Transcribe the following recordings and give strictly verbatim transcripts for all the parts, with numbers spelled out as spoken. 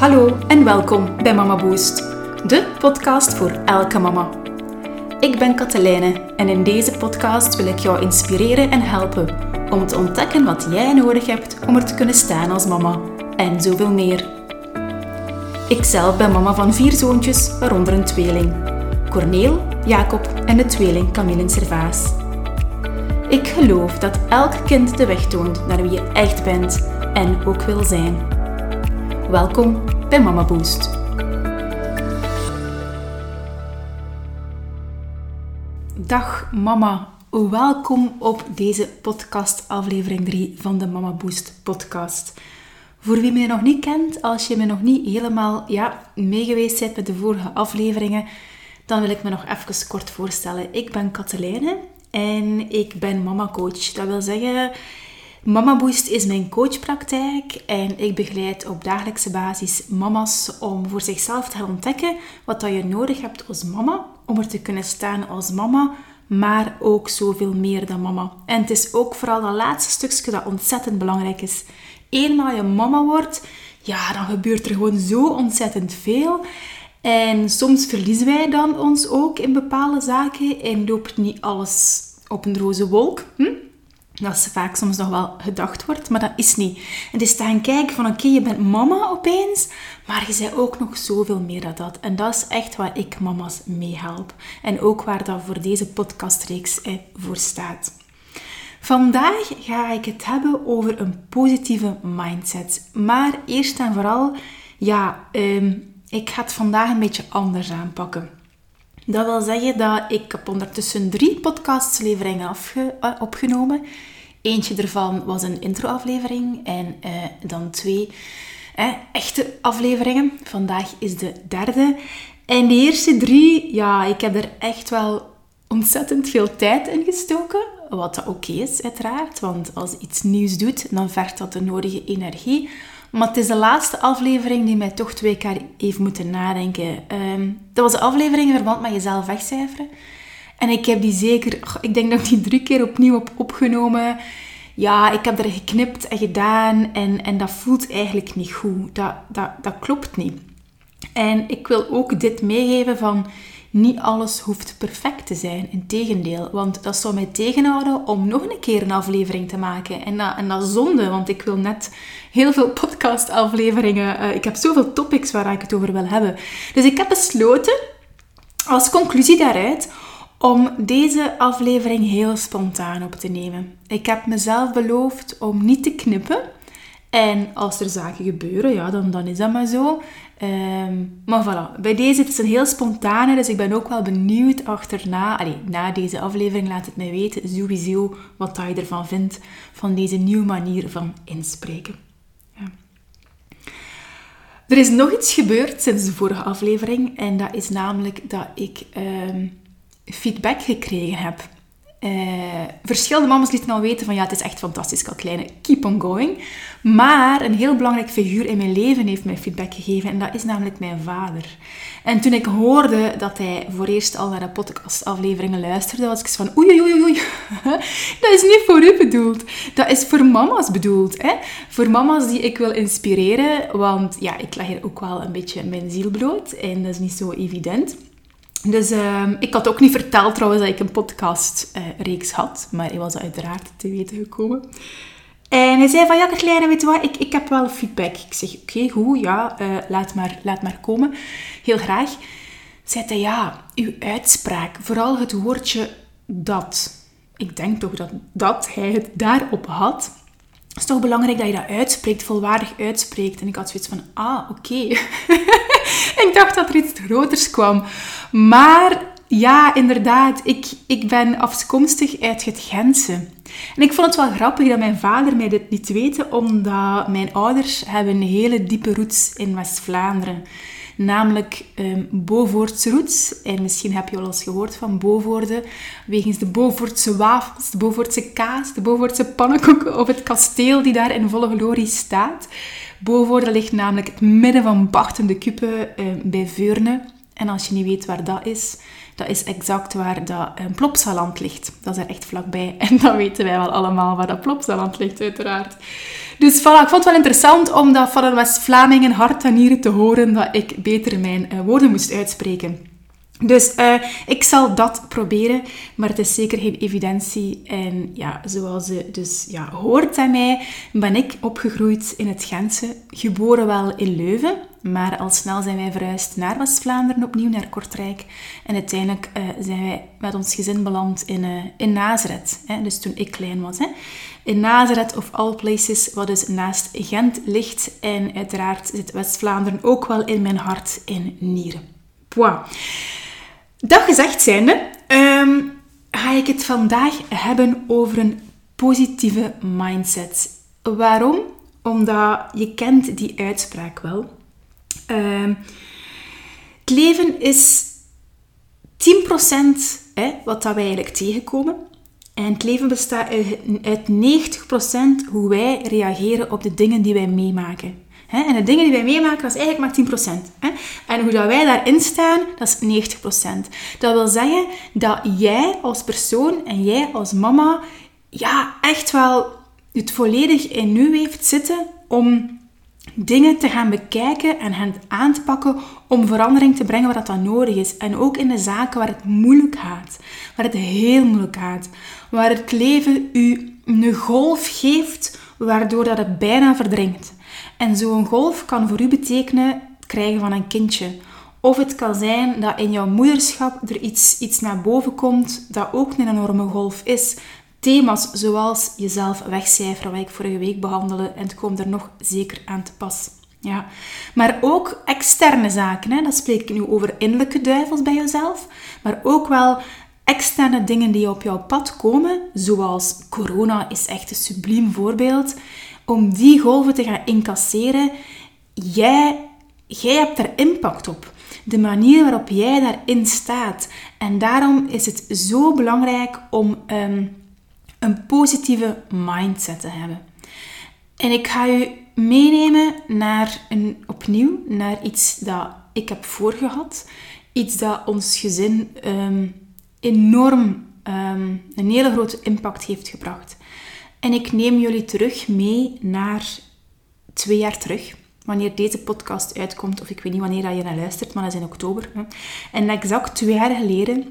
Hallo en welkom bij Mama Boost, de podcast voor elke mama. Ik ben Katelijne en in deze podcast wil ik jou inspireren en helpen om te ontdekken wat jij nodig hebt om er te kunnen staan als mama en zoveel meer. Ikzelf ben mama van vier zoontjes, waaronder een tweeling. Corneel, Jacob en de tweeling Camille en Servaas. Ik geloof dat elk kind de weg toont naar wie je echt bent en ook wil zijn. Welkom bij Mama Boost. Dag mama, welkom op deze podcast aflevering drie van de Mama Boost podcast. Voor wie me nog niet kent, als je me nog niet helemaal ja, meegeweest bent met de vorige afleveringen, dan wil ik me nog even kort voorstellen. Ik ben Katelijne en ik ben mama coach. Dat wil zeggen, Mama Boost is mijn coachpraktijk en ik begeleid op dagelijkse basis mama's om voor zichzelf te gaan ontdekken wat dat je nodig hebt als mama, om er te kunnen staan als mama, maar ook zoveel meer dan mama. En het is ook vooral dat laatste stukje dat ontzettend belangrijk is. Eenmaal je mama wordt, ja, dan gebeurt er gewoon zo ontzettend veel. En soms verliezen wij dan ons ook in bepaalde zaken en loopt niet alles op een roze wolk. Hm? Dat is vaak soms nog wel gedacht wordt, maar dat is niet. En dus te gaan kijken van oké, okay, je bent mama opeens, maar je bent ook nog zoveel meer dan dat. En dat is echt waar ik mama's mee help. En ook waar dat voor deze podcastreeks eh, voor staat. Vandaag ga ik het hebben over een positieve mindset. Maar eerst en vooral, ja, um, ik ga het vandaag een beetje anders aanpakken. Dat wil zeggen dat ik heb ondertussen drie podcastleveringen afge- uh, opgenomen. Eentje ervan was een intro-aflevering en uh, dan twee uh, echte afleveringen. Vandaag is de derde. En de eerste drie, ja, ik heb er echt wel ontzettend veel tijd in gestoken. Wat dat oké is, uiteraard. Want als je iets nieuws doet, dan vergt dat de nodige energie. Maar het is de laatste aflevering die mij toch twee keer heeft moeten nadenken. Um, dat was de aflevering in verband met jezelf wegcijferen. En ik heb die zeker, ik denk dat ik die drie keer opnieuw heb opgenomen. Ja, ik heb er geknipt en gedaan. En, en dat voelt eigenlijk niet goed. Dat, dat, dat klopt niet. En ik wil ook dit meegeven van, niet alles hoeft perfect te zijn. Integendeel, want dat zou mij tegenhouden om nog een keer een aflevering te maken. En dat, en dat is zonde, want ik wil net heel veel podcastafleveringen. Uh, ik heb zoveel topics waar ik het over wil hebben. Dus ik heb besloten, als conclusie daaruit, om deze aflevering heel spontaan op te nemen. Ik heb mezelf beloofd om niet te knippen. En als er zaken gebeuren, ja, dan, dan is dat maar zo. Um, maar voilà, bij deze het is een heel spontane, dus ik ben ook wel benieuwd achterna, allee, na deze aflevering laat het mij weten, sowieso wat je ervan vindt, van deze nieuwe manier van inspreken. Ja. Er is nog iets gebeurd sinds de vorige aflevering, en dat is namelijk dat ik um, feedback gekregen heb. Uh, verschillende mama's lieten al weten van ja, het is echt fantastisch, Katelijne, keep on going. Maar een heel belangrijk figuur in mijn leven heeft mij feedback gegeven en dat is namelijk mijn vader. En toen ik hoorde dat hij voor eerst al naar de podcastafleveringen luisterde, was ik zo van oei, oei, oei, oei. Dat is niet voor u bedoeld. Dat is voor mama's bedoeld. Hè? Voor mama's die ik wil inspireren, want ja, ik leg hier ook wel een beetje mijn ziel bloot en dat is niet zo evident. Dus uh, ik had ook niet verteld trouwens dat ik een podcastreeks uh, had, maar hij was uiteraard te weten gekomen. En hij zei van, ja Katelijne, weet je wat, ik, ik heb wel feedback. Ik zeg, oké, okay, goed, ja, uh, laat, maar, laat maar komen. Heel graag. Zei hij, ja, uw uitspraak, vooral het woordje dat. Ik denk toch dat, dat hij het daarop had. Het is toch belangrijk dat je dat uitspreekt, volwaardig uitspreekt. En ik had zoiets van, ah, oké. Okay. Ik dacht dat er iets groters kwam. Maar ja, inderdaad, ik, ik ben afkomstig uit het Gentse. En ik vond het wel grappig dat mijn vader mij dit niet weet, omdat mijn ouders hebben een hele diepe roots in West-Vlaanderen. Namelijk um, Beauvoortse roots. En misschien heb je wel eens gehoord van Beauvoorde. Wegens de Beauvoortse wafels, de Beauvoortse kaas, de Beauvoortse pannenkoeken of het kasteel die daar in volle glorie staat. Beauvoorde ligt namelijk het midden van Bachten de Kuppe uh, bij Veurne. En als je niet weet waar dat is, dat is exact waar dat um, Plopsaland ligt. Dat is er echt vlakbij. En dan weten wij wel allemaal waar dat Plopsaland ligt, uiteraard. Dus voilà, ik vond het wel interessant om dat van een West-Vlamingen hart en nieren te horen dat ik beter mijn uh, woorden moest uitspreken. Dus uh, ik zal dat proberen, maar het is zeker geen evidentie. En ja, zoals je dus ja, hoort aan mij, ben ik opgegroeid in het Gentse, geboren wel in Leuven, maar al snel zijn wij verhuisd naar West-Vlaanderen, opnieuw naar Kortrijk. En uiteindelijk uh, zijn wij met ons gezin beland in, uh, in Nazareth, hè, dus toen ik klein was. Hè. In Nazareth of all places, wat dus naast Gent ligt. En uiteraard zit West-Vlaanderen ook wel in mijn hart en nieren. Wow. Dat gezegd zijnde, um, ga ik het vandaag hebben over een positieve mindset. Waarom? Omdat je kent die uitspraak wel. Um, het leven is tien procent hè, wat dat wij eigenlijk tegenkomen. En het leven bestaat uit, uit negentig procent hoe wij reageren op de dingen die wij meemaken. En de dingen die wij meemaken, dat is eigenlijk maar tien procent. En hoe dat wij daarin staan, dat is negentig procent. Dat wil zeggen dat jij als persoon en jij als mama ja, echt wel het volledig in u heeft zitten om dingen te gaan bekijken en hen aan te pakken om verandering te brengen waar dat dan nodig is. En ook in de zaken waar het moeilijk gaat. Waar het heel moeilijk gaat. Waar het leven u een golf geeft, waardoor dat het bijna verdrinkt. En zo'n golf kan voor u betekenen het krijgen van een kindje. Of het kan zijn dat in jouw moederschap er iets, iets naar boven komt dat ook een enorme golf is. Thema's zoals jezelf wegcijferen, wat ik vorige week behandelde, en het komt er nog zeker aan te pas. Ja. Maar ook externe zaken, hè. Dat spreek ik nu over innerlijke duivels bij jezelf, maar ook wel externe dingen die op jouw pad komen, zoals corona is echt een subliem voorbeeld. Om die golven te gaan incasseren, jij, jij hebt daar impact op. De manier waarop jij daarin staat. En daarom is het zo belangrijk om um, een positieve mindset te hebben. En ik ga u meenemen naar een, opnieuw naar iets dat ik heb voorgehad. Iets dat ons gezin um, enorm um, een hele grote impact heeft gebracht. En ik neem jullie terug mee naar twee jaar terug. Wanneer deze podcast uitkomt, of ik weet niet wanneer je naar luistert, maar dat is in oktober. En exact twee jaar geleden,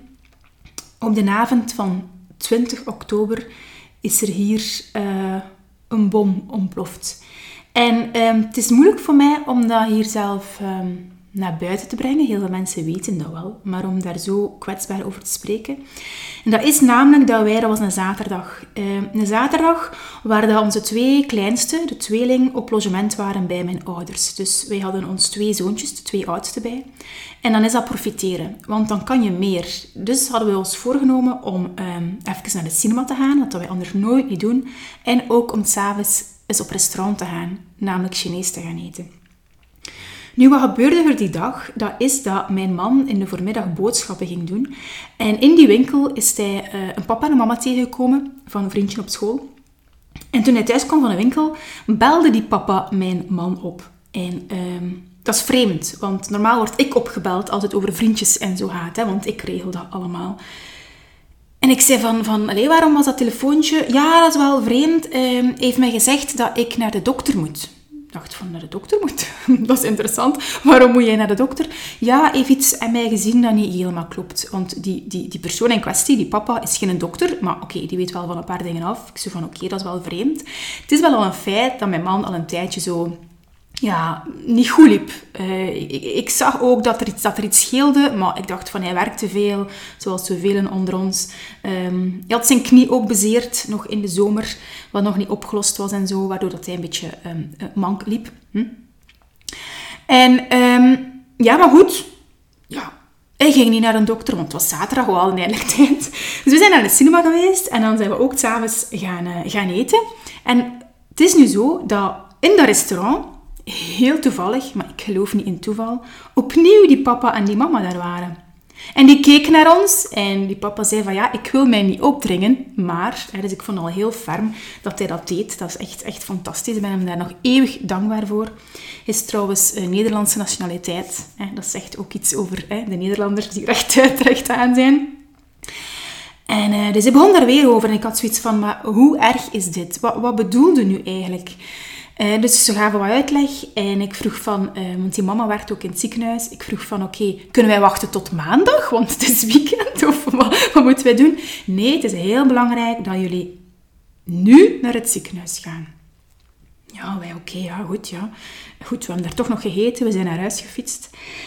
op de avond van twintig oktober, is er hier uh, een bom ontploft. En um, het is moeilijk voor mij om dat hier zelf um, naar buiten te brengen. Heel veel mensen weten dat wel, maar om daar zo kwetsbaar over te spreken. En dat is namelijk dat wij, dat was een zaterdag. Uh, een zaterdag waar dat onze twee kleinste, de tweeling, op logement waren bij mijn ouders. Dus wij hadden ons twee zoontjes, de twee oudste bij. En dan is dat profiteren, want dan kan je meer. Dus hadden we ons voorgenomen om um, even naar de cinema te gaan, wat wij anders nooit niet doen. En ook om 's avonds eens op restaurant te gaan, namelijk Chinees te gaan eten. Nu, wat gebeurde er die dag? Dat is dat mijn man in de voormiddag boodschappen ging doen. En in die winkel is hij uh, een papa en een mama tegengekomen van een vriendje op school. En toen hij thuis kwam van de winkel, belde die papa mijn man op. En um, dat is vreemd, want normaal word ik opgebeld als het over vriendjes en zo gaat, hè, want ik regel dat allemaal. En ik zei van, van allee, waarom was dat telefoontje? Ja, dat is wel vreemd. Um, hij heeft mij gezegd dat ik naar de dokter moet. Ik dacht van, naar de dokter moet? Dat is interessant. Waarom moet jij naar de dokter? Ja, hij heeft iets aan mij gezien dat niet helemaal klopt. Want die, die, die persoon in kwestie, die papa, is geen dokter. Maar oké, okay, die weet wel van een paar dingen af. Ik zei van, oké, okay, dat is wel vreemd. Het is wel al een feit dat mijn man al een tijdje zo... ja, niet goed liep. Uh, ik, ik zag ook dat er, iets, dat er iets scheelde, maar ik dacht van, hij werkte veel, zoals zoveel onder ons. Um, hij had zijn knie ook bezeerd, nog in de zomer, wat nog niet opgelost was en zo, waardoor dat hij een beetje um, mank liep. Hm? En um, ja, maar goed, ja, hij ging niet naar een dokter, want het was zaterdag, we hadden eindelijk tijd. Dus we zijn naar de cinema geweest en dan zijn we ook 's avonds gaan, uh, gaan eten. En het is nu zo dat in dat restaurant, heel toevallig, maar ik geloof niet in toeval, opnieuw die papa en die mama daar waren. En die keken naar ons en die papa zei van ja, ik wil mij niet opdringen, maar, hè, dus ik vond het al heel ferm dat hij dat deed. Dat is echt, echt fantastisch. Ik ben hem daar nog eeuwig dankbaar voor. Hij is trouwens een Nederlandse nationaliteit. Hè. Dat zegt ook iets over hè, de Nederlanders die rechtuit recht aan zijn. En uh, dus hij begon daar weer over en ik had zoiets van, maar hoe erg is dit? Wat, wat bedoelde nu eigenlijk? Uh, dus ze gaven wat uitleg en ik vroeg van, uh, want die mama werkt ook in het ziekenhuis. Ik vroeg van, oké, okay, kunnen wij wachten tot maandag? Want het is weekend of wat, wat moeten wij doen? Nee, het is heel belangrijk dat jullie nu naar het ziekenhuis gaan. Ja, wij, oké, okay, ja, goed, ja. Goed, we hebben daar toch nog gegeten, we zijn naar huis gefietst.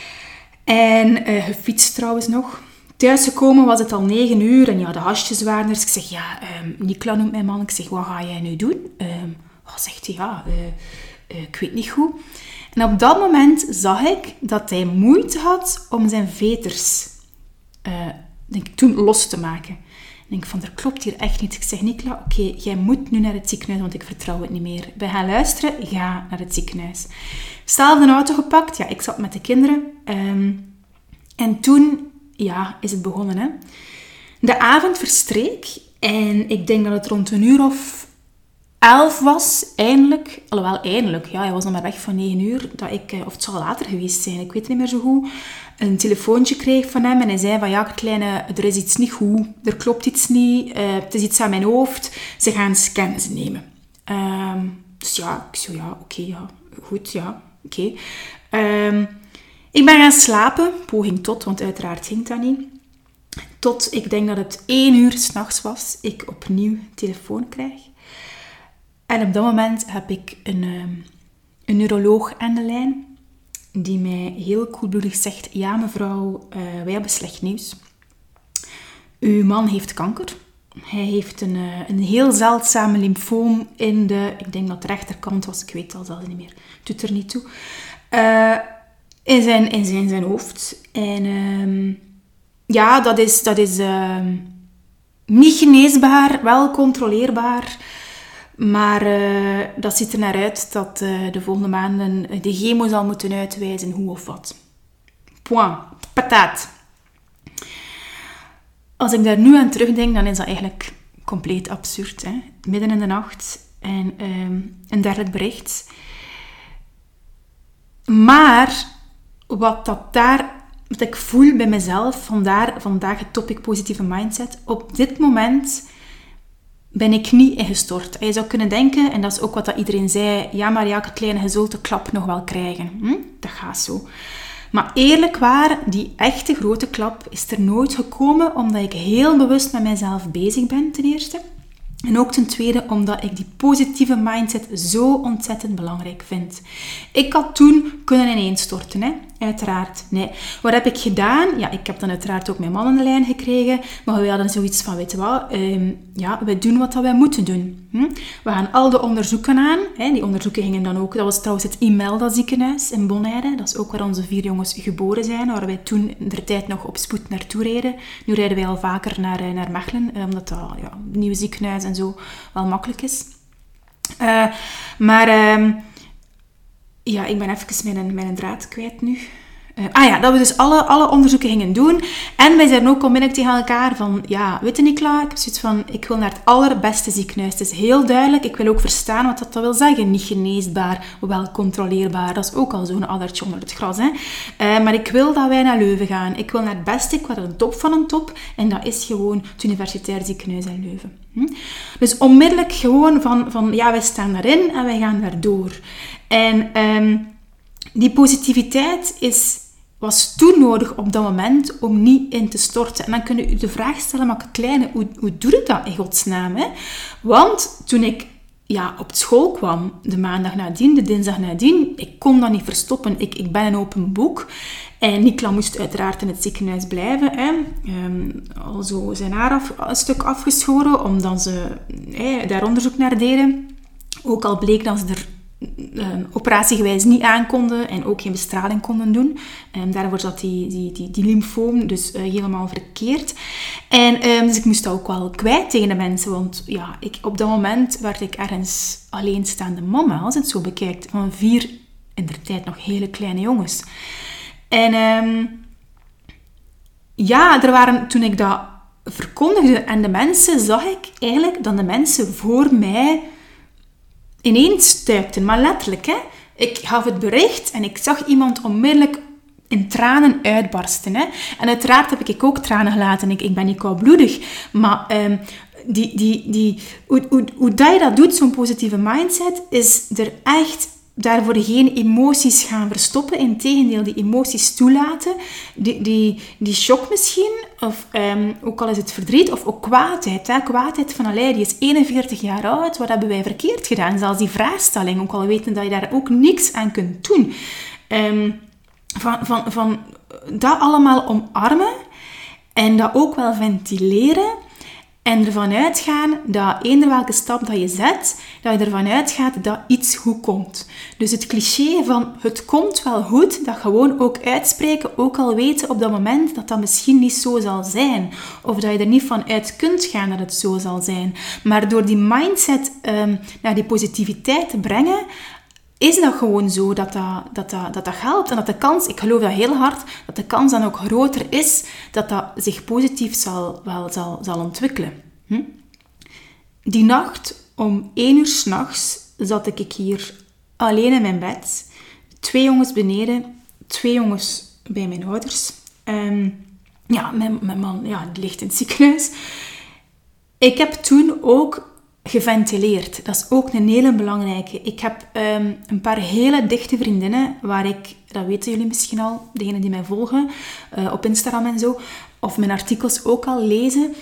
En uh, gefietst trouwens nog. Thuisgekomen was het al negen uur en ja, de hasjes waren er. Dus ik zeg, ja, um, Nicola noemt mijn man. Ik zeg, wat ga jij nu doen? Um, oh, zegt hij, ja, uh, uh, ik weet niet goed. En op dat moment zag ik dat hij moeite had om zijn veters uh, denk ik, toen los te maken. Ik denk van, er klopt hier echt niet. Ik zeg, Nicola, oké, okay, jij moet nu naar het ziekenhuis, want ik vertrouw het niet meer. We gaan luisteren, ga naar het ziekenhuis. Zelf de auto gepakt. Ja, ik zat met de kinderen. Um, en toen, ja, is het begonnen, hè. De avond verstreek en ik denk dat het rond een uur of elf was, eindelijk. Alhoewel, eindelijk, ja, hij was nog maar weg van negen uur. Dat ik, of het zal later geweest zijn, ik weet het niet meer zo goed. Een telefoontje kreeg van hem en hij zei van, ja, kleine, er is iets niet goed. Er klopt iets niet. Uh, het is iets aan mijn hoofd. Ze gaan scans nemen. Um, dus ja, ik zo, ja, oké, okay, ja, goed, ja, oké. Okay. Um, ik ben gaan slapen, poging tot, want uiteraard ging dat niet. Tot, ik denk dat het één uur 's nachts was, ik opnieuw telefoon krijg. En op dat moment heb ik een, um, een neuroloog aan de lijn, die mij heel koelbloedig zegt, ja mevrouw, uh, wij hebben slecht nieuws. Uw man heeft kanker. Hij heeft een, uh, een heel zeldzame lymfoom in de, ik denk dat de rechterkant was, ik weet het al zelfs niet meer, doet er niet toe, uh, in, zijn, in zijn, zijn hoofd. En um, ja, dat is, dat is uh, niet geneesbaar, wel controleerbaar. Maar uh, dat ziet er naar uit dat uh, de volgende maanden de chemo zal moeten uitwijzen hoe of wat. Point. Pataat. Als ik daar nu aan terugdenk, dan is dat eigenlijk compleet absurd. Hè? Midden in de nacht en um, een dergelijk bericht. Maar wat dat daar, wat ik voel bij mezelf, vandaar vandaag het topic positieve mindset. Op dit moment ben ik niet ingestort. Je zou kunnen denken, en dat is ook wat dat iedereen zei, ja maar ja, kleine, je zult de klap nog wel krijgen. Hm? Dat gaat zo. Maar eerlijk waar, die echte grote klap is er nooit gekomen, omdat ik heel bewust met mijzelf bezig ben, ten eerste. En ook ten tweede, omdat ik die positieve mindset zo ontzettend belangrijk vind. Ik had toen kunnen ineenstorten, hè? Uiteraard. Nee. Wat heb ik gedaan? Ja, ik heb dan uiteraard ook mijn man aan de lijn gekregen. Maar we hadden zoiets van, weet je wat, um, ja, we doen wat wij moeten doen. Hm? We gaan al de onderzoeken aan. Hè? Die onderzoeken gingen dan ook, dat was trouwens het Imelda ziekenhuis in Bonaire. Dat is ook waar onze vier jongens geboren zijn, waar wij toen in de tijd nog op spoed naartoe reden. Nu rijden wij al vaker naar, naar Mechelen, omdat dat ja, een nieuwe ziekenhuis en zo wel makkelijk is. Uh, maar... Um, Ja, ik ben even mijn, mijn draad kwijt nu. Uh, ah ja, dat we dus alle, alle onderzoeken gingen doen. En wij zeiden ook onmiddellijk tegen elkaar van... Ja, weet je Nicola, ik heb zoiets van... Ik wil naar het allerbeste ziekenhuis. Het is heel duidelijk. Ik wil ook verstaan wat dat wil zeggen. Niet geneesbaar, wel controleerbaar. Dat is ook al zo'n addertje onder het gras. Hè? Uh, maar ik wil dat wij naar Leuven gaan. Ik wil naar het beste. Ik wil naar de top van een top. En dat is gewoon het Universitair Ziekenhuis in Leuven. Hm? Dus onmiddellijk gewoon van... van ja, wij staan daarin en wij gaan daardoor. En um, die positiviteit is, was toen nodig op dat moment om niet in te storten. En dan kun je je de vraag stellen, maar kleine, hoe, hoe doe je dat in godsnaam? Hè? Want toen ik ja, op school kwam, de maandag nadien, de dinsdag nadien, ik kon dat niet verstoppen. Ik, ik ben een open boek. En Nicola moest uiteraard in het ziekenhuis blijven. Hè. Um, al zo zijn haar af, een stuk afgeschoren, omdat ze hè, daar onderzoek naar deden. Ook al bleek dat ze er Uh, operatiegewijs niet aankonden en ook geen bestraling konden doen. Um, daarvoor zat die, die, die, die lymfoom dus uh, helemaal verkeerd. En um, dus ik moest dat ook wel kwijt tegen de mensen, want ja, ik, op dat moment werd ik ergens alleenstaande mama, als het zo bekijkt, van vier, in der tijd nog hele kleine jongens. En um, ja, er waren, toen ik dat verkondigde aan de mensen, zag ik eigenlijk dat de mensen voor mij ineens stuipten, maar letterlijk, hè. Ik gaf het bericht en ik zag iemand onmiddellijk in tranen uitbarsten, hè. En uiteraard heb ik ook tranen gelaten. Ik, ik ben niet koudbloedig, maar um, die, die, die, hoe, hoe, hoe dat je dat doet, zo'n positieve mindset, is er echt daarvoor geen emoties gaan verstoppen. Integendeel, die emoties toelaten. Die, die, die shock misschien, of um, ook al is het verdriet, of ook kwaadheid. Hè? Kwaadheid van Allee, die is eenenveertig jaar oud. Wat hebben wij verkeerd gedaan? Zelfs die vraagstelling, ook al weten dat je daar ook niks aan kunt doen. Um, van, van, van dat allemaal omarmen en dat ook wel ventileren. En ervan uitgaan dat eender welke stap dat je zet, dat je ervan uitgaat dat iets goed komt. Dus het cliché van het komt wel goed, dat gewoon ook uitspreken, ook al weten op dat moment dat dat misschien niet zo zal zijn. Of dat je er niet van uit kunt gaan dat het zo zal zijn. Maar door die mindset um, naar die positiviteit te brengen, is dat gewoon zo dat dat, dat, dat, dat dat helpt. En dat de kans, ik geloof dat heel hard, dat de kans dan ook groter is dat dat zich positief zal, wel, zal, zal ontwikkelen. Hm? Die nacht, om één uur 's nachts, zat ik hier alleen in mijn bed. Twee jongens beneden, twee jongens bij mijn ouders. Um, ja, mijn, mijn man ja, die ligt in het ziekenhuis. Ik heb toen ook geventileerd. Dat is ook een hele belangrijke. Ik heb um, een paar hele dichte vriendinnen, waar ik, dat weten jullie misschien al, degenen die mij volgen, uh, op Instagram en zo, of mijn artikels ook al lezen,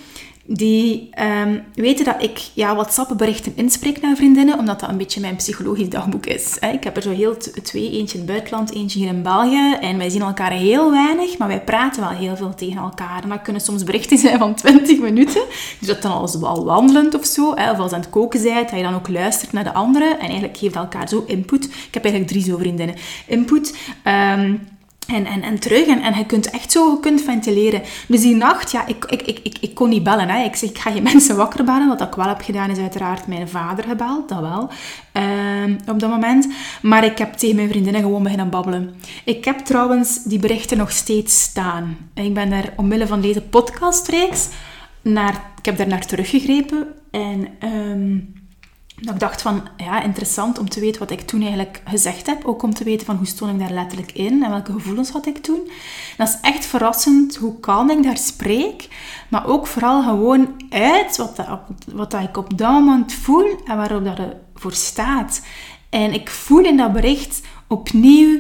die um, weten dat ik ja, WhatsApp-berichten inspreek naar vriendinnen, omdat dat een beetje mijn psychologisch dagboek is. Hè. Ik heb er zo heel t- twee, eentje in het buitenland, eentje hier in België, en wij zien elkaar heel weinig, maar wij praten wel heel veel tegen elkaar. En dat kunnen soms berichten zijn van twintig minuten, dus dat dan als wel wandelend of zo, hè, of als aan het koken bent, dat je dan ook luistert naar de anderen, en eigenlijk geeft elkaar zo input. Ik heb eigenlijk drie zo vriendinnen. Input, um, En, en, en terug. En, en je kunt echt zo je kunt ventileren. Dus die nacht, ja, ik, ik, ik, ik, ik kon niet bellen. Hè. Ik zeg, ik ga geen mensen wakker bellen. Wat ik wel heb gedaan, is uiteraard mijn vader gebeld. Dat wel. Uh, op dat moment. Maar ik heb tegen mijn vriendinnen gewoon beginnen babbelen. Ik heb trouwens die berichten nog steeds staan. Ik ben daar omwille van deze podcastreeks naar... Ik heb daar naar teruggegrepen. En... Um, Dat ik dacht van, ja, interessant om te weten wat ik toen eigenlijk gezegd heb. Ook om te weten van hoe stond ik daar letterlijk in en welke gevoelens had ik toen. Dat is echt verrassend hoe kalm ik daar spreek. Maar ook vooral gewoon uit wat, dat, wat dat ik op dat moment voel en waarop dat voor staat. En ik voel in dat bericht opnieuw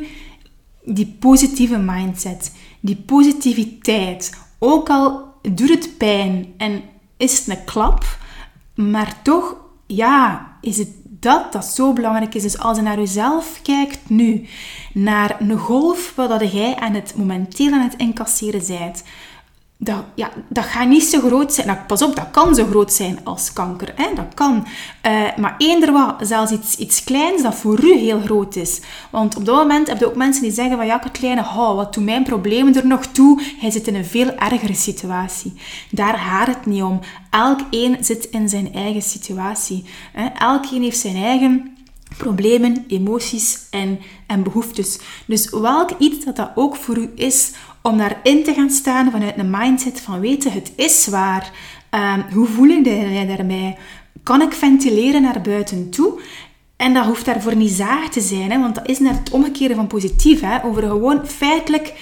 die positieve mindset. Die positiviteit. Ook al doet het pijn en is het een klap, maar toch... Ja, is het dat dat zo belangrijk is. Dus als je naar jezelf kijkt nu, naar een golf wat jij aan het momenteel aan het incasseren bent, dat, ja, dat gaat niet zo groot zijn. Nou, pas op, dat kan zo groot zijn als kanker. Hè? Dat kan. Uh, maar eender wat, zelfs iets, iets kleins dat voor u heel groot is. Want op dat moment heb je ook mensen die zeggen van ja, kleine, oh, wat doen mijn problemen er nog toe? Hij zit in een veel ergere situatie. Daar gaat het niet om. Elk een zit in zijn eigen situatie. Hè? Elk een heeft zijn eigen problemen, emoties en, en behoeftes. Dus welk iets dat dat ook voor u is, om daarin te gaan staan vanuit een mindset van weten, het is waar. Uh, hoe voel ik mij daarbij? Kan ik ventileren naar buiten toe? En dat hoeft daarvoor niet zaag te zijn, hè, want dat is net het omgekeerde van positief. Hè, over gewoon feitelijk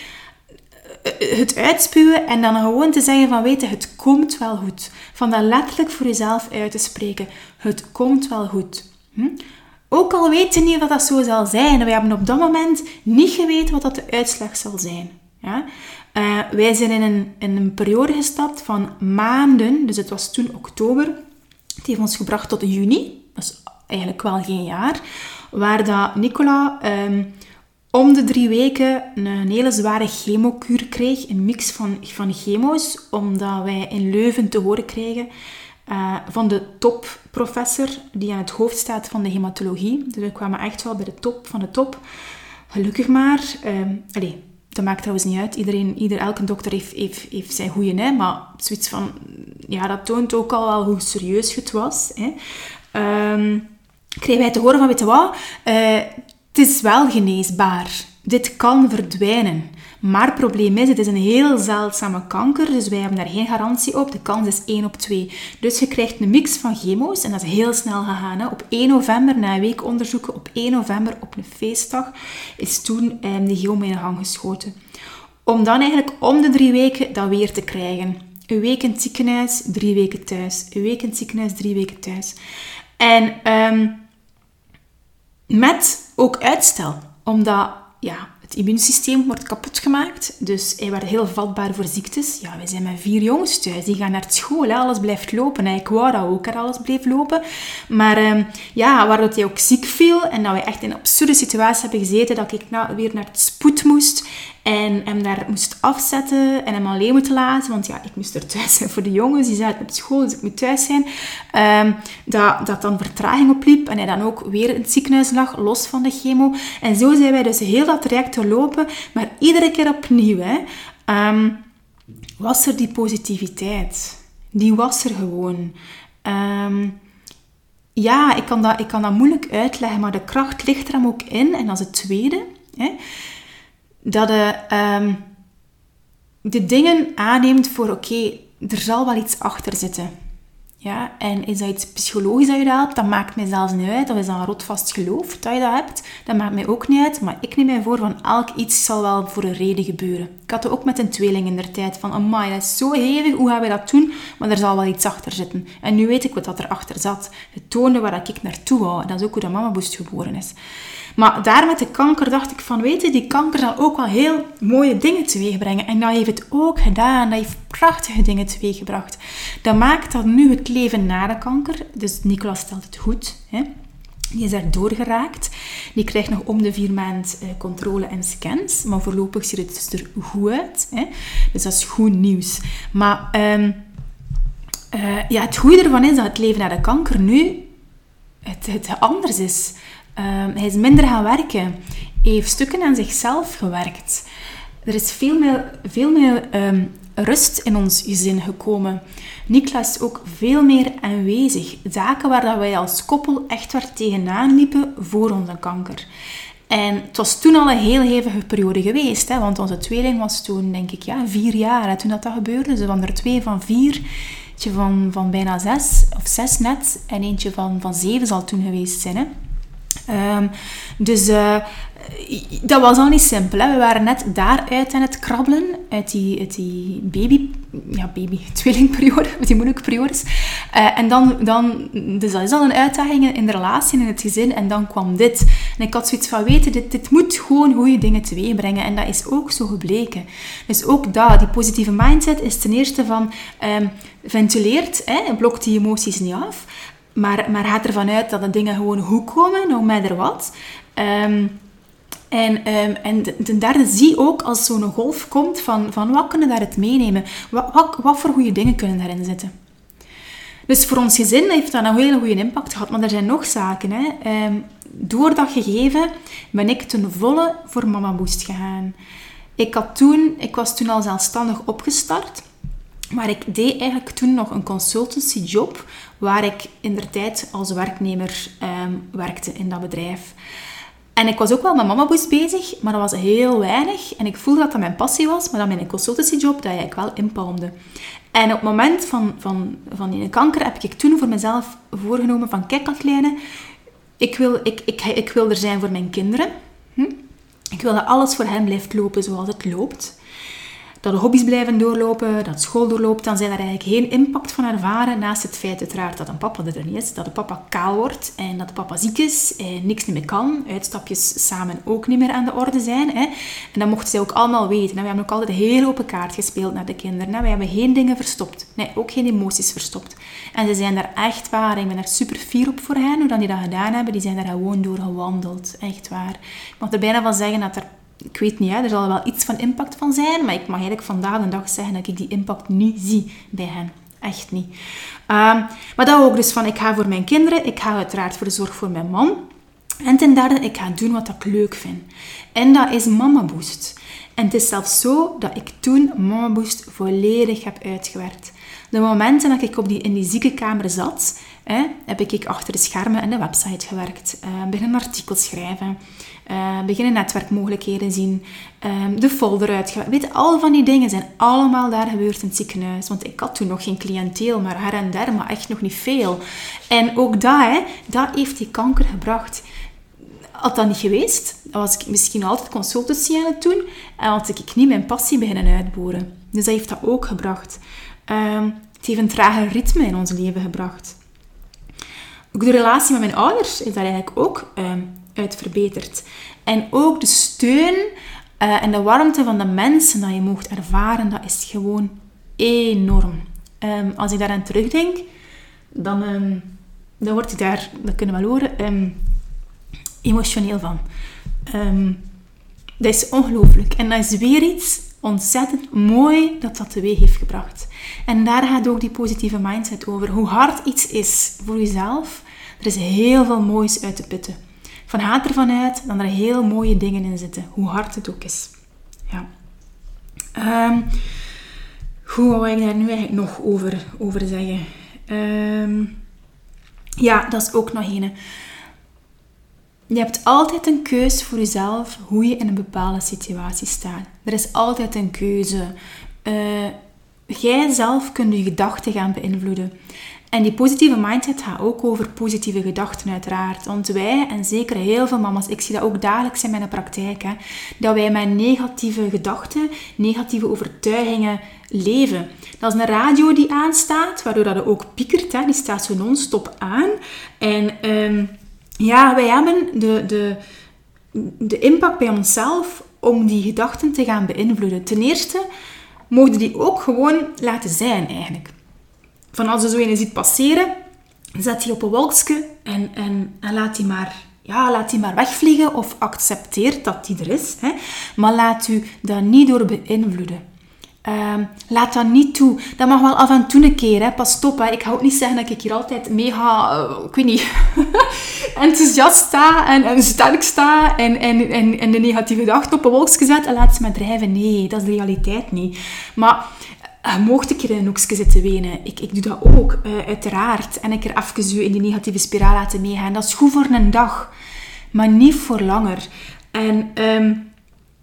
het uitspuwen en dan gewoon te zeggen van weten, het komt wel goed. Van dat letterlijk voor jezelf uit te spreken. Het komt wel goed. Hm? Ook al weet je niet wat dat zo zal zijn. We hebben op dat moment niet geweten wat dat de uitslag zal zijn. Ja? Uh, wij zijn in een, in een periode gestapt van maanden. Dus het was toen oktober. Het heeft ons gebracht tot juni. Dat is eigenlijk wel geen jaar. Waar dat Nicola um, om de drie weken een hele zware chemokuur kreeg. Een mix van, van chemo's. Omdat wij in Leuven te horen kregen uh, van de topprofessor die aan het hoofd staat van de hematologie. Dus we kwamen echt wel bij de top van de top. Gelukkig maar. Um, allez, dat maakt trouwens niet uit. Iedereen, ieder, elke dokter heeft, heeft, heeft zijn goeie, hè. Maar zoiets van... Ja, dat toont ook al wel hoe serieus het was. Hè. Um, kregen wij te horen van, weet je wat? Uh, het is wel geneesbaar. Dit kan verdwijnen. Maar het probleem is, het is een heel zeldzame kanker. Dus wij hebben daar geen garantie op. De kans is één op twee. Dus je krijgt een mix van chemo's. En dat is heel snel gegaan. Hè. Op één november, na een week onderzoeken, op één november, op een feestdag, is toen um, de chemo in de gang geschoten. Om dan eigenlijk om de drie weken dat weer te krijgen. Een week in het ziekenhuis, drie weken thuis. Een week in het ziekenhuis, drie weken thuis. En um, met ook uitstel. Omdat ja, het immuunsysteem wordt kapot gemaakt. Dus hij werd heel vatbaar voor ziektes. Ja, wij zijn met vier jongens thuis. Die gaan naar school. Hè. Alles blijft lopen. Hè. Ik wou dat ook, hè. Alles bleef lopen. Maar um, ja, waardoor hij ook ziek viel. En dat we echt in een absurde situatie hebben gezeten. Dat ik na, weer naar het spoed moest. En hem daar moest afzetten. En hem alleen moeten laten. Want ja, ik moest er thuis zijn voor de jongens. Die zaten op school, dus ik moet thuis zijn. Um, dat, dat dan vertraging opliep. En hij dan ook weer in het ziekenhuis lag. Los van de chemo. En zo zijn wij dus heel dat traject doorlopen. Maar iedere keer opnieuw. Hè, um, was er die positiviteit. Die was er gewoon. Um, ja, ik kan, dat, ik kan dat moeilijk uitleggen. Maar de kracht ligt er hem ook in. En dat is het tweede. Hè. Dat je um, de dingen aanneemt voor, oké, okay, er zal wel iets achter zitten. Ja? En is dat iets psychologisch dat je dat helpt? Dat maakt mij zelfs niet uit. Of is dat een rotvast geloof dat je dat hebt? Dat maakt mij ook niet uit. Maar ik neem mij voor van elk iets zal wel voor een reden gebeuren. Ik had het ook met een tweeling in der tijd. Van, amai, dat is zo hevig. Hoe gaan we dat doen? Maar er zal wel iets achter zitten. En nu weet ik wat er achter zat. Het toonde waar ik naartoe wou. En dat is ook hoe de Mama Boost geboren is. Maar daar met de kanker dacht ik van, weet je, die kanker zal ook wel heel mooie dingen teweeg brengen. En dat heeft het ook gedaan. Dat heeft prachtige dingen teweeggebracht. Dat maakt dat nu het leven na de kanker, dus Nicolas stelt het goed, hè. Die is er doorgeraakt. Die krijgt nog om de vier maanden uh, controle en scans. Maar voorlopig ziet het dus er goed uit. Hè. Dus dat is goed nieuws. Maar um, uh, ja, het goede ervan is dat het leven na de kanker nu het, het anders is. Um, hij is minder gaan werken. Hij heeft stukken aan zichzelf gewerkt. Er is veel meer, veel meer um, rust in ons gezin gekomen. Nicolas is ook veel meer aanwezig. Zaken waar dat wij als koppel echt waar tegenaan liepen voor onze kanker. En het was toen al een heel hevige periode geweest. Hè, want onze tweeling was toen, denk ik, ja, vier jaar hè, toen dat, dat gebeurde. Dus van er twee van vier. Eentje van, van bijna zes, of zes net. En eentje van, van zeven zal toen geweest zijn, hè. Um, dus uh, dat was al niet simpel. Hè? We waren net daaruit aan het krabbelen. Uit die, uit die baby... Ja, baby-tweelingperiode. Die moeilijke periodes. Uh, en dan, dan... Dus dat is al een uitdaging in de relatie, in het gezin. En dan kwam dit. En ik had zoiets van, weten, dit, dit moet gewoon goede dingen teweeg brengen. En dat is ook zo gebleken. Dus ook dat, die positieve mindset is ten eerste van... Um, ventileert, hè? Blokt die emoties niet af. Maar, maar gaat ervan uit dat de dingen gewoon goed komen, no matter what. Um, en, um, en ten derde, zie ook als zo'n golf komt van, van wat kunnen daar het meenemen? Wat, wat, wat voor goede dingen kunnen daarin zitten? Dus voor ons gezin heeft dat een hele goede impact gehad. Maar er zijn nog zaken. Hè. Um, door dat gegeven ben ik ten volle voor Mama Boost gegaan. Ik, had toen, ik was toen al zelfstandig opgestart. Maar ik deed eigenlijk toen nog een consultancyjob waar ik inderdaad als werknemer um, werkte in dat bedrijf. En ik was ook wel met Mama Boost bezig, maar dat was heel weinig. En ik voelde dat dat mijn passie was, maar dat mijn consultancyjob dat ik wel inpalmde. En op het moment van, van, van die kanker heb ik toen voor mezelf voorgenomen van, kijk Katlijne, ik wil, ik, ik, ik wil er zijn voor mijn kinderen. Hm? Ik wil dat alles voor hen blijft lopen zoals het loopt. Dat de hobby's blijven doorlopen, dat school doorloopt, dan zijn daar eigenlijk geen impact van ervaren. Naast het feit uiteraard dat een papa er niet is, dat de papa kaal wordt en dat de papa ziek is en niks niet meer kan. Uitstapjes samen ook niet meer aan de orde zijn. Hè. En dat mochten zij ook allemaal weten. We hebben ook altijd heel open kaart gespeeld naar de kinderen. We hebben geen dingen verstopt. Nee, ook geen emoties verstopt. En ze zijn daar echt waar. Ik ben daar super fier op voor hen, hoe dat die dat gedaan hebben. Die zijn daar gewoon door gewandeld. Echt waar. Ik mag er bijna van zeggen dat er... Ik weet niet, hè, er zal wel iets van impact van zijn, maar ik mag eigenlijk vandaag de dag zeggen dat ik die impact niet zie bij hen. Echt niet. Um, maar dat ook dus van, ik ga voor mijn kinderen, ik ga uiteraard voor de zorg voor mijn man. En ten derde, ik ga doen wat ik leuk vind. En dat is Mama Boost. En het is zelfs zo dat ik toen Mama Boost volledig heb uitgewerkt. De momenten dat ik op die, in die ziekenkamer zat, hè, heb ik achter de schermen aan de website gewerkt. Uh, beginnen artikels schrijven. Uh, beginnen netwerkmogelijkheden zien. Um, de folder uitgewerkt. Weet je, al van die dingen zijn allemaal daar gebeurd in het ziekenhuis. Want ik had toen nog geen cliënteel, maar her en der, maar echt nog niet veel. En ook dat, hè, dat heeft die kanker gebracht. Had dat niet geweest, dan was ik misschien altijd consultancy aan het doen. En had ik niet mijn passie beginnen uitboren. Dus dat heeft dat ook gebracht. Um, het heeft een trager ritme in ons leven gebracht. Ook de relatie met mijn ouders is daar eigenlijk ook um, uit verbeterd. En ook de steun uh, en de warmte van de mensen dat je mocht ervaren, dat is gewoon enorm. Um, als ik daaraan terugdenk, dan, um, dan word ik daar, dat kunnen we wel horen, um, emotioneel van. Um, dat is ongelooflijk. En dat is weer iets ontzettend mooi dat dat teweeg heeft gebracht. En daar gaat ook die positieve mindset over. Hoe hard iets is voor jezelf, er is heel veel moois uit te putten. Van gaat ervan uit dat er heel mooie dingen in zitten. Hoe hard het ook is. Ja. Um, goed, wat wil ik daar nu eigenlijk nog over, over zeggen? Um, ja, dat is ook nog een. Je hebt altijd een keus voor jezelf hoe je in een bepaalde situatie staat. Er is altijd een keuze. Uh, jij zelf kunt je gedachten gaan beïnvloeden. En die positieve mindset gaat ook over positieve gedachten uiteraard. Want wij, en zeker heel veel mama's, ik zie dat ook dagelijks in mijn praktijk, hè, dat wij met negatieve gedachten, negatieve overtuigingen leven. Dat is een radio die aanstaat, waardoor dat ook piekert. Hè, die staat zo non-stop aan. En um, ja, wij hebben de, de, de impact bij onszelf om die gedachten te gaan beïnvloeden. Ten eerste mogen die ook gewoon laten zijn eigenlijk. Van als je zo een ziet passeren, zet die op een wolkje en, en, en laat, die maar, ja, laat die maar wegvliegen of accepteer dat die er is. Hè. Maar laat u daar niet door beïnvloeden. Um, laat dat niet toe. Dat mag wel af en toe een keer. Hè. Pas op. Hè. Ik ga ook niet zeggen dat ik hier altijd mega, uh, ik weet niet, enthousiast sta en, en sterk sta en, en, en, en de negatieve gedachten op een wolkje zet en laat ze maar drijven. Nee, dat is de realiteit niet. Maar je mocht een keer in een hoekje zitten wenen. Ik, ik doe dat ook, uh, uiteraard. En een keer even zo in die negatieve spiraal laten meegaan. Dat is goed voor een dag, maar niet voor langer. En um,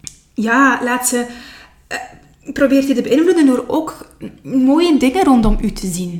ja, laat ze... Uh, probeer je te beïnvloeden door ook mooie dingen rondom u te zien.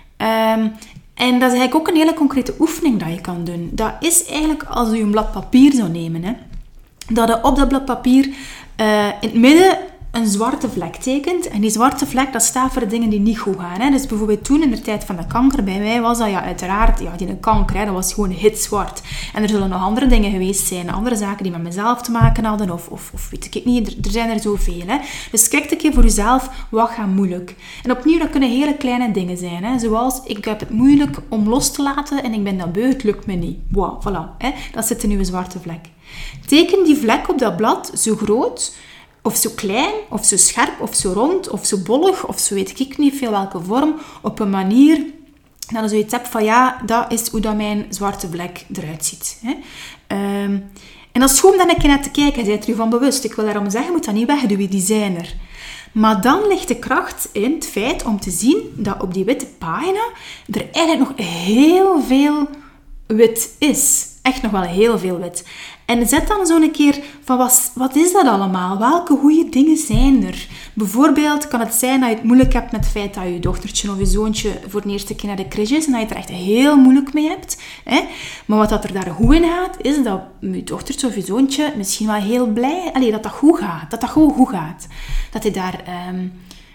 Um, en dat is eigenlijk ook een hele concrete oefening dat je kan doen. Dat is eigenlijk als je een blad papier zou nemen. Hè, dat je op dat blad papier uh, in het midden een zwarte vlek tekent. En die zwarte vlek, dat staat voor de dingen die niet goed gaan. Hè. Dus bijvoorbeeld toen in de tijd van de kanker, bij mij was dat ja, uiteraard, ja, die kanker, hè, dat was gewoon hitzwart. En er zullen nog andere dingen geweest zijn, andere zaken die met mezelf te maken hadden, of, of, of weet ik niet, er, er zijn er zoveel. Hè. Dus kijk een keer voor jezelf, wat gaat moeilijk? En opnieuw, dat kunnen hele kleine dingen zijn. Hè. Zoals, ik heb het moeilijk om los te laten en ik ben dat beu, het lukt me niet. Wow, voilà. Hè. Dat zit in uw zwarte vlek. Teken die vlek op dat blad zo groot, of zo klein, of zo scherp, of zo rond, of zo bollig, of zo weet ik niet veel welke vorm, op een manier dat je zoiets hebt van ja, dat is hoe dat mijn zwarte vlek eruit ziet. Hè. Um, en dat is gewoon dan een keer naar te kijken, je bent er je van bewust. Ik wil daarom zeggen, je moet dat niet wegduwen, die zijn er. Maar dan ligt de kracht in het feit om te zien dat op die witte pagina er eigenlijk nog heel veel wit is. Echt nog wel heel veel wit. En zet dan zo een keer van, wat, wat is dat allemaal? Welke goede dingen zijn er? Bijvoorbeeld kan het zijn dat je het moeilijk hebt met het feit dat je dochtertje of je zoontje voor de eerste keer naar de crèche is en dat je het er echt heel moeilijk mee hebt. Hè? Maar wat dat er daar goed in gaat, is dat je dochtertje of je zoontje misschien wel heel blij, allee, dat dat goed gaat. Dat dat gewoon goed gaat. Dat hij daar... Um,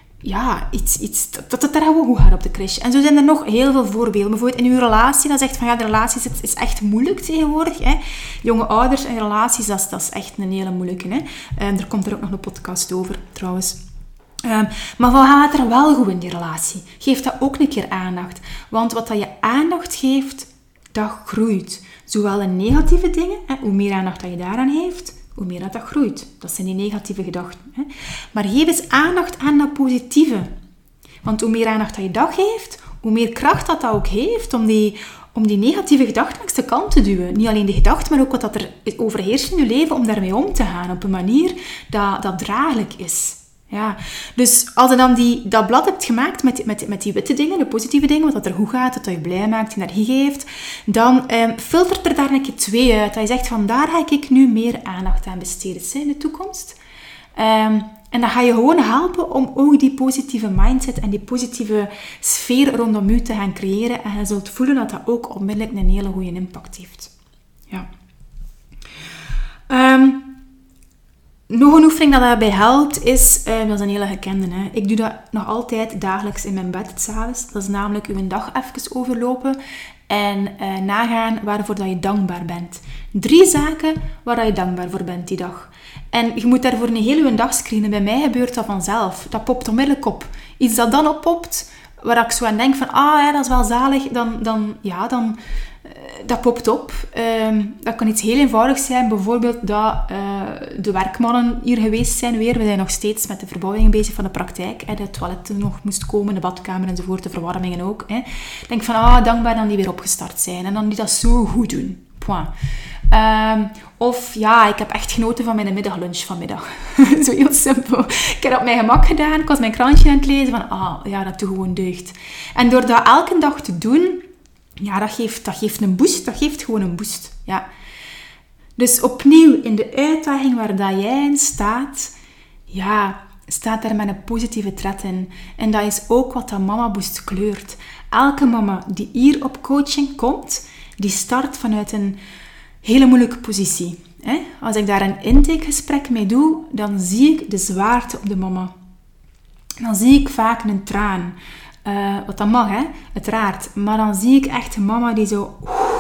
Ja, iets, iets, dat het daar gewoon goed gaat op de crash. En zo zijn er nog heel veel voorbeelden. Bijvoorbeeld in uw relatie, dat zegt van ja, de relatie is, is echt moeilijk tegenwoordig. Hè. Jonge ouders en relaties, dat is, dat is echt een hele moeilijke. Hè. Um, er komt er ook nog een podcast over, trouwens. Um, maar wat gaat er wel goed in die relatie? Geef dat ook een keer aandacht. Want wat dat je aandacht geeft, dat groeit. Zowel de negatieve dingen, hè, hoe meer aandacht dat je daaraan heeft, hoe meer dat, dat groeit. Dat zijn die negatieve gedachten. Hè. Maar geef eens aandacht aan dat positieve. Want hoe meer aandacht dat je dat geeft, hoe meer kracht dat dat ook heeft om die, om die negatieve gedachten langs de kant te duwen. Niet alleen die gedachten, maar ook wat dat er overheerst in je leven om daarmee om te gaan. Op een manier dat, dat draaglijk is. Ja. Dus als je dan die, dat blad hebt gemaakt met, met, met die witte dingen, de positieve dingen, wat dat er goed gaat, dat dat je blij maakt, energie geeft, dan um, filtert er daar een keer twee uit. Dat je zegt van, daar ga ik nu meer aandacht aan besteden in de toekomst. Um, en dan ga je gewoon helpen om ook die positieve mindset en die positieve sfeer rondom je te gaan creëren. En je zult voelen dat dat ook onmiddellijk een hele goede impact heeft. Ja. Um, nog een oefening dat daarbij helpt is, uh, dat is een hele gekende. Hè. Ik doe dat nog altijd dagelijks in mijn bed, 's avonds. Dat is namelijk uw dag even overlopen en uh, nagaan waarvoor dat je dankbaar bent. Drie zaken waar dat je dankbaar voor bent die dag. En je moet daarvoor een hele dag screenen. Bij mij gebeurt dat vanzelf. Dat popt onmiddellijk op. Iets dat dan oppopt, waar ik zo aan denk van, ah ja, dat is wel zalig, dan, dan ja, dan... Dat popt op. Um, dat kan iets heel eenvoudigs zijn. Bijvoorbeeld dat uh, de werkmannen hier geweest zijn weer. We zijn nog steeds met de verbouwing bezig van de praktijk. Hè. De toiletten nog moest komen, de badkamer enzovoort, de verwarmingen ook. Hè. Ik denk van, ah, dankbaar dat die weer opgestart zijn. En dan die dat zo goed doen. Point. Um, of ja, ik heb echt genoten van mijn middaglunch vanmiddag. Zo heel simpel. Ik heb dat op mijn gemak gedaan. Ik was mijn krantje aan het lezen van, ah, ja, dat doet gewoon deugd. En door dat elke dag te doen... Ja, dat geeft, dat geeft een boost. Dat geeft gewoon een boost. Ja. Dus opnieuw, in de uitdaging waar dat jij in staat, ja, staat daar met een positieve tred in. En dat is ook wat dat Mama Boost kleurt. Elke mama die hier op coaching komt, die start vanuit een hele moeilijke positie. Als ik daar een intakegesprek mee doe, dan zie ik de zwaarte op de mama. Dan zie ik vaak een traan. Uh, wat dat mag, hè, uiteraard. Maar dan zie ik echt een mama die zo...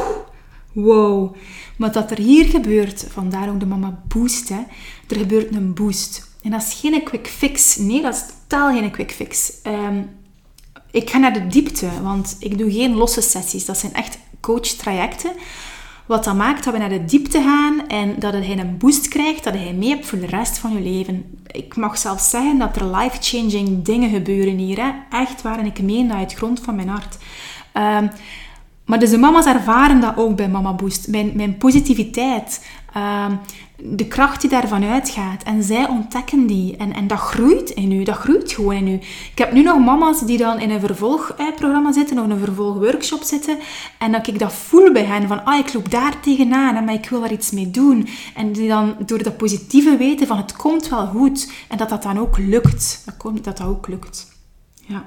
Wow. Wat dat er hier gebeurt, vandaar ook de Mama Boost, hè. Er gebeurt een boost. En dat is geen quick fix. Nee, dat is totaal geen quick fix. Um, ik ga naar de diepte, want ik doe geen losse sessies. Dat zijn echt coach-trajecten. Wat dat maakt dat we naar de diepte gaan en dat hij een boost krijgt, dat hij mee hebt voor de rest van je leven. Ik mag zelfs zeggen dat er life-changing dingen gebeuren hier. Hè? Echt waar, en ik meen dat uit de grond van mijn hart. Um, maar dus de mama's ervaren dat ook bij Mama Boost. Mijn, mijn positiviteit, um, de kracht die daarvan uitgaat. En zij ontdekken die. En, en dat groeit in u. Dat groeit gewoon in u. Ik heb nu nog mama's die dan in een vervolgprogramma zitten, of een vervolgworkshop zitten. En dat ik dat voel bij hen. Van, ah, ik loop daar tegenaan, hè, maar ik wil daar iets mee doen. En die dan door dat positieve weten van, het komt wel goed. En dat dat dan ook lukt. Dat komt, dat dat ook lukt. Ja.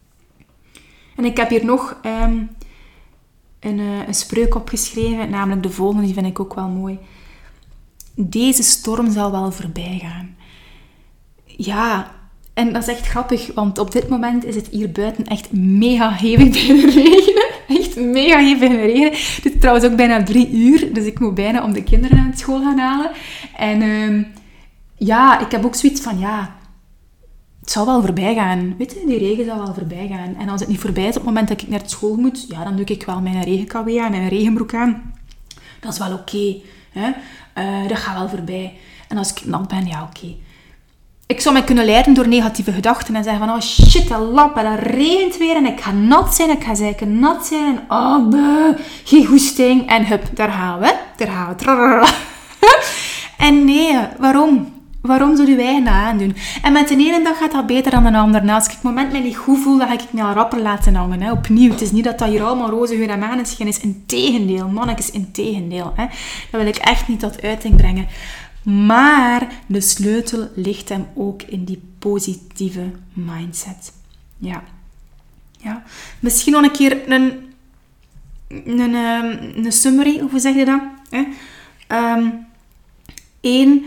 En ik heb hier nog um, een, uh, een spreuk opgeschreven. Namelijk de volgende, die vind ik ook wel mooi. Deze storm zal wel voorbij gaan. Ja, en dat is echt grappig, want op dit moment is het hier buiten echt mega hevig beginnen regenen. Echt mega hevig beginnen regenen. Het is trouwens ook bijna drie uur, dus ik moet bijna om de kinderen aan school gaan halen. En uh, ja, ik heb ook zoiets van, ja, het zal wel voorbij gaan. Weet je, die regen zal wel voorbij gaan. En als het niet voorbij is op het moment dat ik naar school moet, ja, dan doe ik wel mijn regenkawee aan en een regenbroek aan. Dat is wel oké, okay, hè. Uh, dat gaat wel voorbij. En als ik nat ben, ja, oké. Okay. Ik zou mij kunnen leiden door negatieve gedachten en zeggen van, oh shit, dat lamp, dat regent weer en ik ga nat zijn, ik ga zeker nat zijn en oh, bleh, geen goesting. En hup, daar gaan we, daar gaan we. En nee, waarom? Waarom zou je eigen dat aandoen? En met de ene dag gaat dat beter dan de andere. Nou, als ik op het moment mij niet goed voel, dan ga ik me al rapper laten hangen. Hè. Opnieuw, het is niet dat dat hier allemaal roze geur en maneschijn is. Integendeel, mannetjes, integendeel. Hè. Dat wil ik echt niet tot uiting brengen. Maar de sleutel ligt hem ook in die positieve mindset. Ja. Ja. Misschien nog een keer een, een, een, een summary, hoe zeg je dat? Hè? Um, Eén...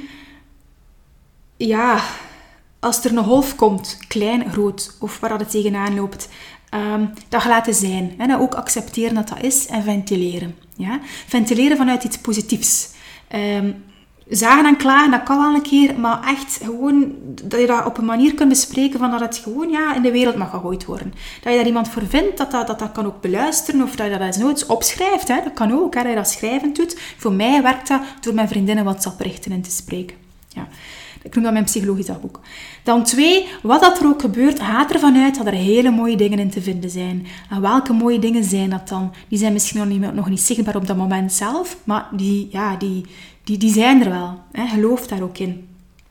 Ja, als er een golf komt, klein, groot, of waar dat het tegenaan loopt, um, dat laten zijn. Hè, dat ook accepteren dat dat is en ventileren. Ja? Ventileren vanuit iets positiefs. Um, zagen en klagen, dat kan wel een keer, maar echt gewoon dat je dat op een manier kunt bespreken van dat het gewoon ja, in de wereld mag gegooid worden. Dat je daar iemand voor vindt, dat dat, dat, dat kan ook beluisteren, of dat je dat eens nooit opschrijft. Hè? Dat kan ook, hè, dat je dat schrijven doet. Voor mij werkt dat door mijn vriendinnen WhatsApp-berichten in te spreken. Ja. Ik noem dat mijn psychologisch dagboek. Dan twee, wat dat er ook gebeurt, gaat ervan uit dat er hele mooie dingen in te vinden zijn. En welke mooie dingen zijn dat dan? Die zijn misschien nog niet, nog niet zichtbaar op dat moment zelf, maar die, ja, die, die, die zijn er wel. Hè? Geloof daar ook in.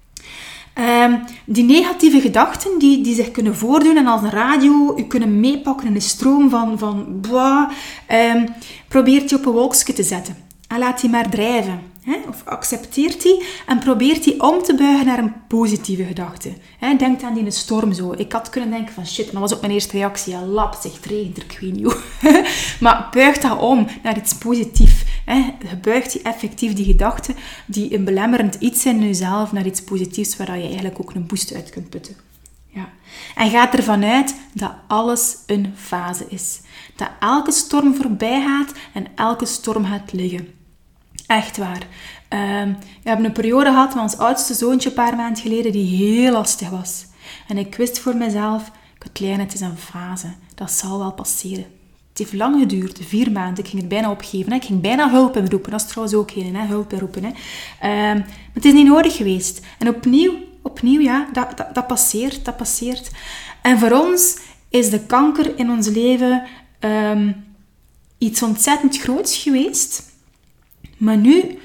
Um, die negatieve gedachten die, die zich kunnen voordoen en als een radio u kunnen meepakken in de stroom van, van blah, um, probeer die op een wolkje te zetten. En laat die maar drijven. Hè? Of accepteert die en probeert die om te buigen naar een positieve gedachte. Hè? Denk aan die storm zo. Ik had kunnen denken van shit, en dat was ook mijn eerste reactie. Ja, lap, zeg, het regent er, ik weet niet hoe. Maar buig dat om naar iets positiefs. Je buigt die effectief die gedachten die een belemmerend iets zijn in jezelf naar iets positiefs waar je eigenlijk ook een boost uit kunt putten. Ja. En ga ervan uit dat alles een fase is. Dat elke storm voorbij gaat en elke storm gaat liggen. Echt waar. Um, we hebben een periode gehad met ons oudste zoontje een paar maanden geleden die heel lastig was. En ik wist voor mezelf, Katlijn, het is een fase. Dat zal wel passeren. Het heeft lang geduurd, vier maanden. Ik ging het bijna opgeven. Hè. Ik ging bijna hulp inroepen. Dat is trouwens ook een, hè, hulp inroepen. Hè. Um, maar het is niet nodig geweest. En opnieuw, opnieuw, ja, dat, dat, dat passeert, dat passeert. En voor ons is de kanker in ons leven um, iets ontzettend groots geweest. Maar nu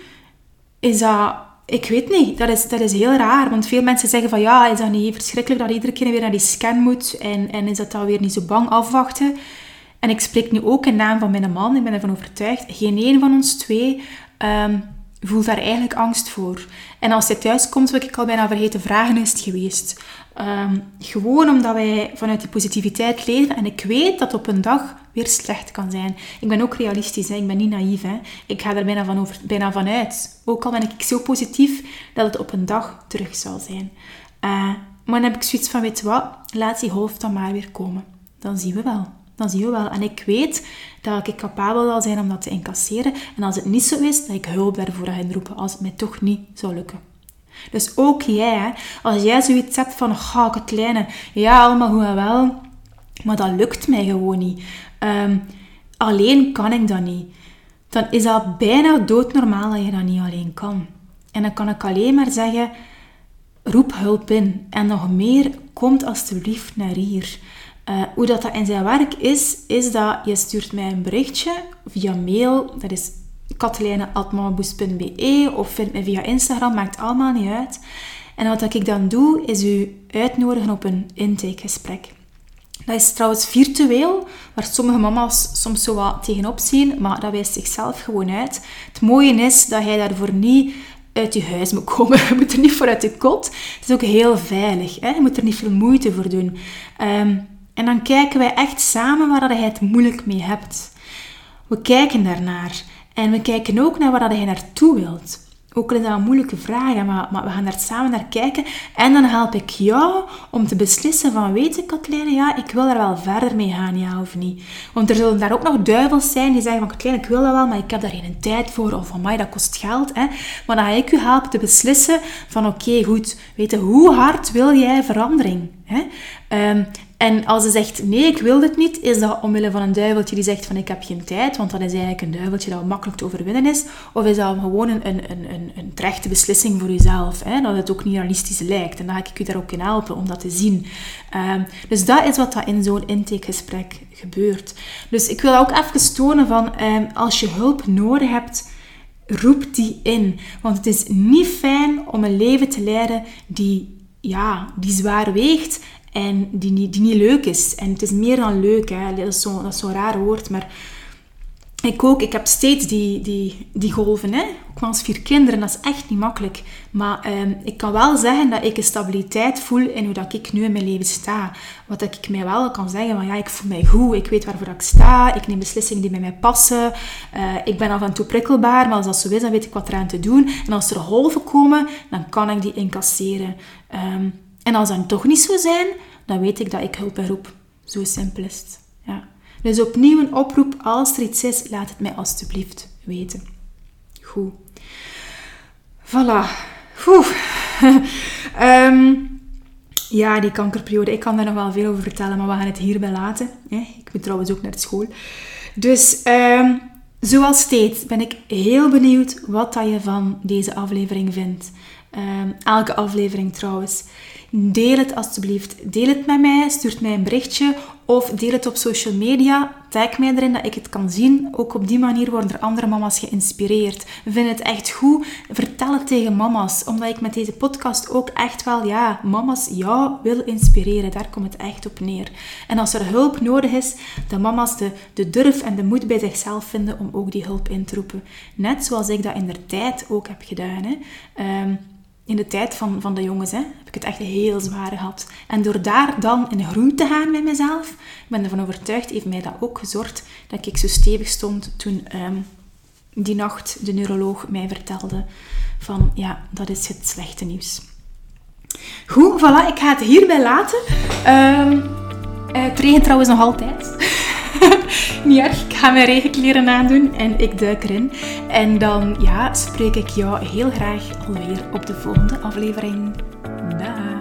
is dat, ik weet niet, dat is, dat is heel raar. Want veel mensen zeggen van, ja, is dat niet verschrikkelijk dat iedere keer weer naar die scan moet? En, en is dat dan weer niet zo bang afwachten? En ik spreek nu ook in naam van mijn man, ik ben ervan overtuigd. Geen één van ons twee um, voelt daar eigenlijk angst voor. En als hij thuis komt, wil ik al bijna vergeten vragen, is het geweest. Um, gewoon omdat wij vanuit die positiviteit leven. En ik weet dat op een dag weer slecht kan zijn. Ik ben ook realistisch, hè? Ik ben niet naïef. Hè? Ik ga er bijna van, over, bijna van uit. Ook al ben ik zo positief dat het op een dag terug zal zijn. Uh, maar dan heb ik zoiets van, weet je wat, laat die golf dan maar weer komen. Dan zien we wel. Dan zien we wel. En ik weet dat ik capabel zal zijn om dat te incasseren. En als het niet zo is, dat ik hulp daarvoor ga inroepen. Als het mij toch niet zou lukken. Dus ook jij, hè, als jij zoiets hebt van, ga Katlijn, ja, allemaal goed en wel, maar dat lukt mij gewoon niet. Um, alleen kan ik dat niet. Dan is dat bijna doodnormaal dat je dat niet alleen kan. En dan kan ik alleen maar zeggen, roep hulp in. En nog meer, komt alstublieft naar hier. Uh, hoe dat, dat in zijn werk is, is dat je stuurt mij een berichtje via mail, dat is katlijn at mamaboost punt b e of vind mij via Instagram, maakt allemaal niet uit. En wat ik dan doe, is u uitnodigen op een intakegesprek. Dat is trouwens virtueel, waar sommige mama's soms zo wat tegenop zien, maar dat wijst zichzelf gewoon uit. Het mooie is dat jij daarvoor niet uit je huis moet komen. Je moet er niet voor uit de kot. Het is ook heel veilig. Hè? Je moet er niet veel moeite voor doen. Um, en dan kijken wij echt samen waar jij het moeilijk mee hebt. We kijken daarnaar. En we kijken ook naar waar jij naartoe wilt. Ook al is dat een moeilijke vraag, maar, maar we gaan daar samen naar kijken. En dan help ik jou om te beslissen van, weet je Katlijn, ja, ik wil daar wel verder mee gaan, ja of niet. Want er zullen daar ook nog duivels zijn die zeggen van, Katlijn, ik wil dat wel, maar ik heb daar geen tijd voor. Of van mij, dat kost geld. Hè. Maar dan ga ik u helpen te beslissen van, oké, okay, goed, weet je, hoe hard wil jij verandering? Hè? Um, En als ze zegt, nee, ik wil dit niet, is dat omwille van een duiveltje die zegt van, ik heb geen tijd, want dat is eigenlijk een duiveltje dat makkelijk te overwinnen is, of is dat gewoon een, een, een, een terechte beslissing voor jezelf, hè? Dat het ook niet realistisch lijkt. En dan ga ik u daar ook in helpen om dat te zien. Um, dus dat is wat dat in zo'n intakegesprek gebeurt. Dus ik wil ook even tonen van, um, als je hulp nodig hebt, roep die in. Want het is niet fijn om een leven te leiden die, ja, die zwaar weegt, en die niet, die niet leuk is. En het is meer dan leuk, hè. Dat is zo'n zo raar woord, maar ik ook, ik heb steeds die, die, die golven, hè. Ook met ons vier kinderen, dat is echt niet makkelijk. Maar um, ik kan wel zeggen dat ik een stabiliteit voel in hoe dat ik nu in mijn leven sta. Wat dat ik mij wel kan zeggen, van ja, ik voel mij goed, ik weet waarvoor ik sta, ik neem beslissingen die bij mij passen, uh, ik ben af en toe prikkelbaar, maar als dat zo is, dan weet ik wat eraan te doen. En als er golven komen, dan kan ik die incasseren. Um, En als dat toch niet zo zijn, dan weet ik dat ik hulp roep. Zo simpel is het. Ja. Dus opnieuw een oproep. Als er iets is, laat het mij alstublieft weten. Goed. Voilà. um, ja, die kankerperiode. Ik kan daar nog wel veel over vertellen, maar we gaan het hierbij laten. Ik moet trouwens ook naar de school. Dus, um, zoals steeds ben ik heel benieuwd wat dat je van deze aflevering vindt. Um, elke aflevering trouwens. Deel het alsjeblieft. Deel het met mij. Stuur mij een berichtje. Of deel het op social media. Tag mij erin dat ik het kan zien. Ook op die manier worden er andere mama's geïnspireerd. Vind het echt goed. Vertel het tegen mama's. Omdat ik met deze podcast ook echt wel, ja, mama's jou wil inspireren. Daar komt het echt op neer. En als er hulp nodig is, dat mama's de, de durf en de moed bij zichzelf vinden om ook die hulp in te roepen. Net zoals ik dat in de tijd ook heb gedaan. Hè. Um, In de tijd van, van de jongens hè, heb ik het echt heel zwaar gehad. En door daar dan in groei te gaan met mezelf, ik ben ervan overtuigd, heeft mij dat ook gezorgd dat ik zo stevig stond toen um, die nacht de neuroloog mij vertelde van, ja, dat is het slechte nieuws. Goed, voilà, ik ga het hierbij laten. Um, het regent trouwens nog altijd. Niet erg, ik ga mijn regenkleren aandoen en ik duik erin. En dan ja, spreek ik jou heel graag alweer op de volgende aflevering. Daag!